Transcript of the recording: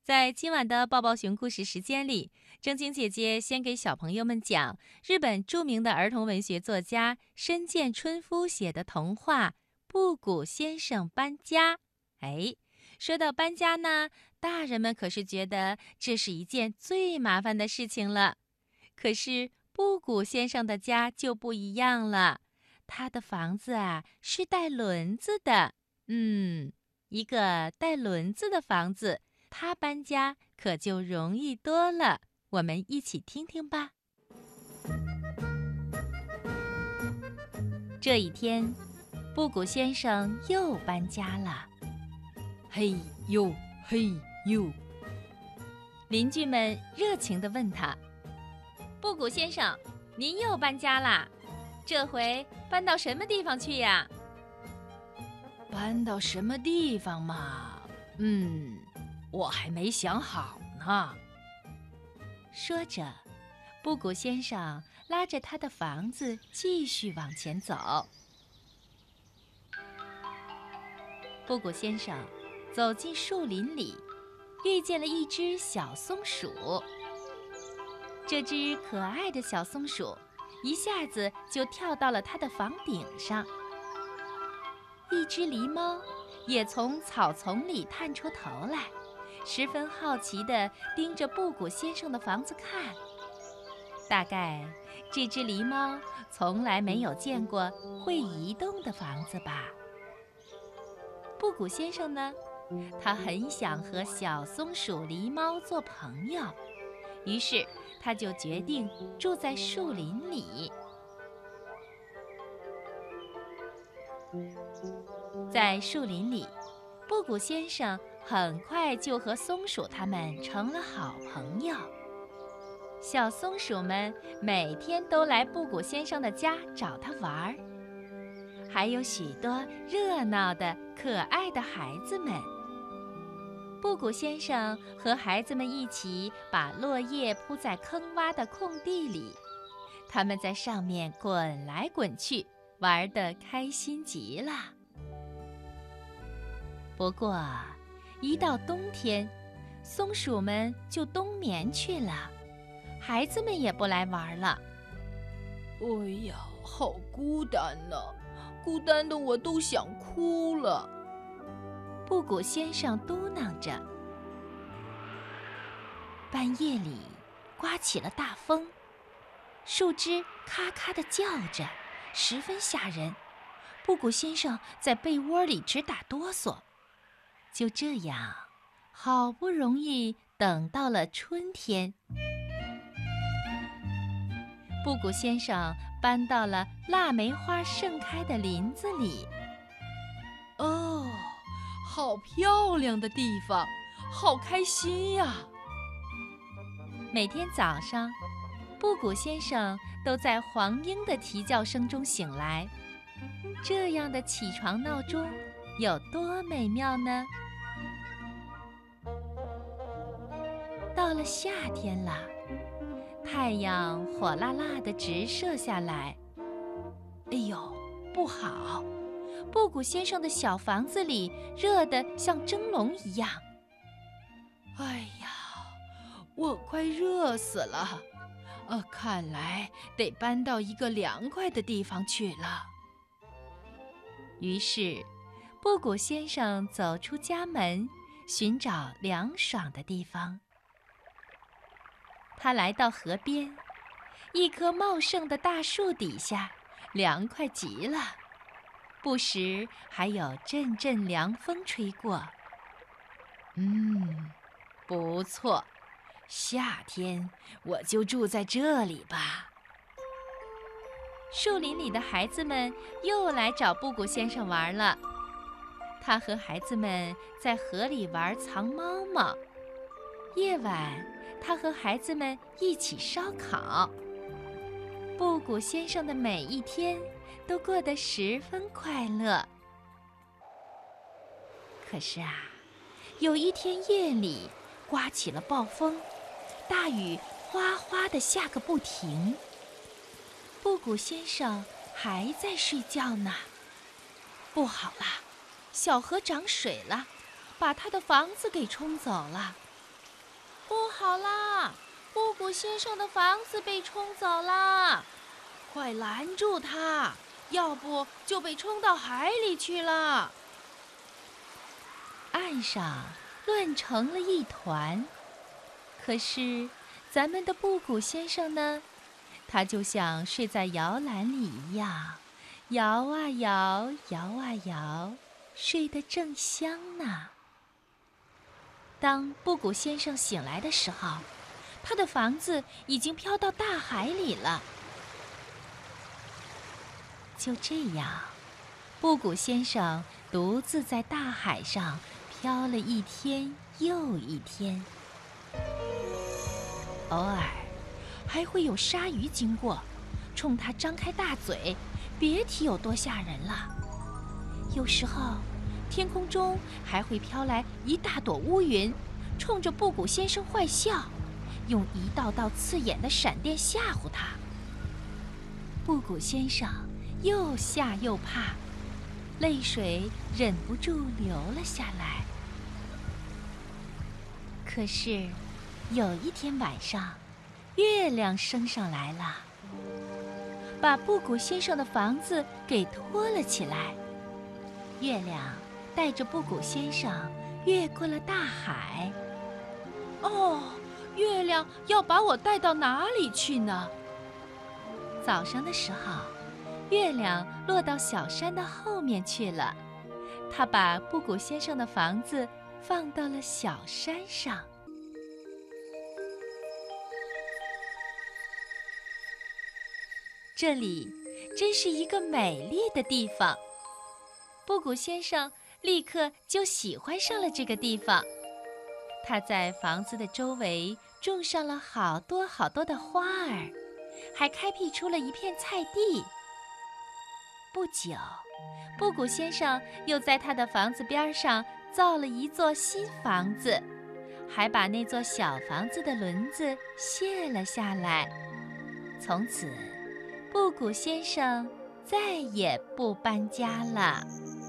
在今晚的抱抱熊故事时间里，正经姐姐先给小朋友们讲日本著名的儿童文学作家深见春夫写的童话《布谷先生搬家》。哎，说到搬家呢，大人们可是觉得这是一件最麻烦的事情了。可是布谷先生的家就不一样了，他的房子是带轮子的。一个带轮子的房子，他搬家可就容易多了。我们一起听听吧。这一天，布谷先生又搬家了。嘿呦嘿呦，邻居们热情地问他：“布谷先生，您又搬家啦？这回搬到什么地方去呀？” 搬到什么地方嘛？我还没想好呢。 说着，布谷先生拉着他的房子继续往前走。布谷先生走进树林里，遇见了一只小松鼠。这只可爱的小松鼠一下子就跳到了他的房顶上。一只狸猫也从草丛里探出头来，十分好奇地盯着布谷先生的房子看。大概这只狸猫从来没有见过会移动的房子吧。布谷先生呢，他很想和小松鼠狸猫做朋友，于是他就决定住在树林里。在树林里，布谷先生很快就和松鼠他们成了好朋友。小松鼠们每天都来布谷先生的家找他玩儿，还有许多热闹的可爱的孩子们。布谷先生和孩子们一起把落叶铺在坑洼的空地里，他们在上面滚来滚去，玩得开心极了。不过，一到冬天，松鼠们就冬眠去了，孩子们也不来玩了。 哎呀，好孤单呐，孤单的我都想哭了。 布谷先生嘟囔着。半夜里，刮起了大风，树枝咔咔地叫着，十分吓人。布谷先生在被窝里直打哆嗦。就这样，好不容易等到了春天，布谷先生搬到了腊梅花盛开的林子里。 哦，好漂亮的地方，好开心呀！ 每天早上，布谷先生都在黄莺的啼叫声中醒来。这样的起床闹钟有多美妙呢？到了夏天了，太阳火辣辣地直射下来。哎呦，不好！布谷先生的小房子里热得像蒸笼一样。 哎呀，我快热死了！看来得搬到一个凉快的地方去了。 于是，布谷先生走出家门，寻找凉爽的地方。他来到河边，一棵茂盛的大树底下，凉快极了。不时还有阵阵凉风吹过。 不错，夏天我就住在这里吧。 树林里的孩子们又来找布谷先生玩了。他和孩子们在河里玩藏猫猫。夜晚，他和孩子们一起烧烤。布谷先生的每一天都过得十分快乐。可是有一天夜里刮起了暴风，大雨哗哗地下个不停。布谷先生还在睡觉呢。不好啦，小河涨水了，把他的房子给冲走了。 不好啦！布谷先生的房子被冲走啦！快拦住他，要不就被冲到海里去了。 岸上乱成了一团，可是咱们的布谷先生呢？他就像睡在摇篮里一样，摇啊摇，摇啊摇，睡得正香呢。当布谷先生醒来的时候，他的房子已经飘到大海里了。就这样，布谷先生独自在大海上飘了一天又一天。偶尔还会有鲨鱼经过，冲他张开大嘴，别提有多吓人了。有时候天空中还会飘来一大朵乌云，冲着布谷先生坏笑，用一道道刺眼的闪电吓唬他。布谷先生又吓又怕，泪水忍不住流了下来。可是有一天晚上，月亮升上来了，把布谷先生的房子给托了起来。月亮带着布谷先生越过了大海。 哦，月亮要把我带到哪里去呢？ 早上的时候，月亮落到小山的后面去了，它把布谷先生的房子放到了小山上。这里真是一个美丽的地方，布谷先生立刻就喜欢上了这个地方。他在房子的周围种上了好多好多的花儿，还开辟出了一片菜地。不久，布谷先生又在他的房子边上造了一座新房子，还把那座小房子的轮子卸了下来。从此，布谷先生再也不搬家了。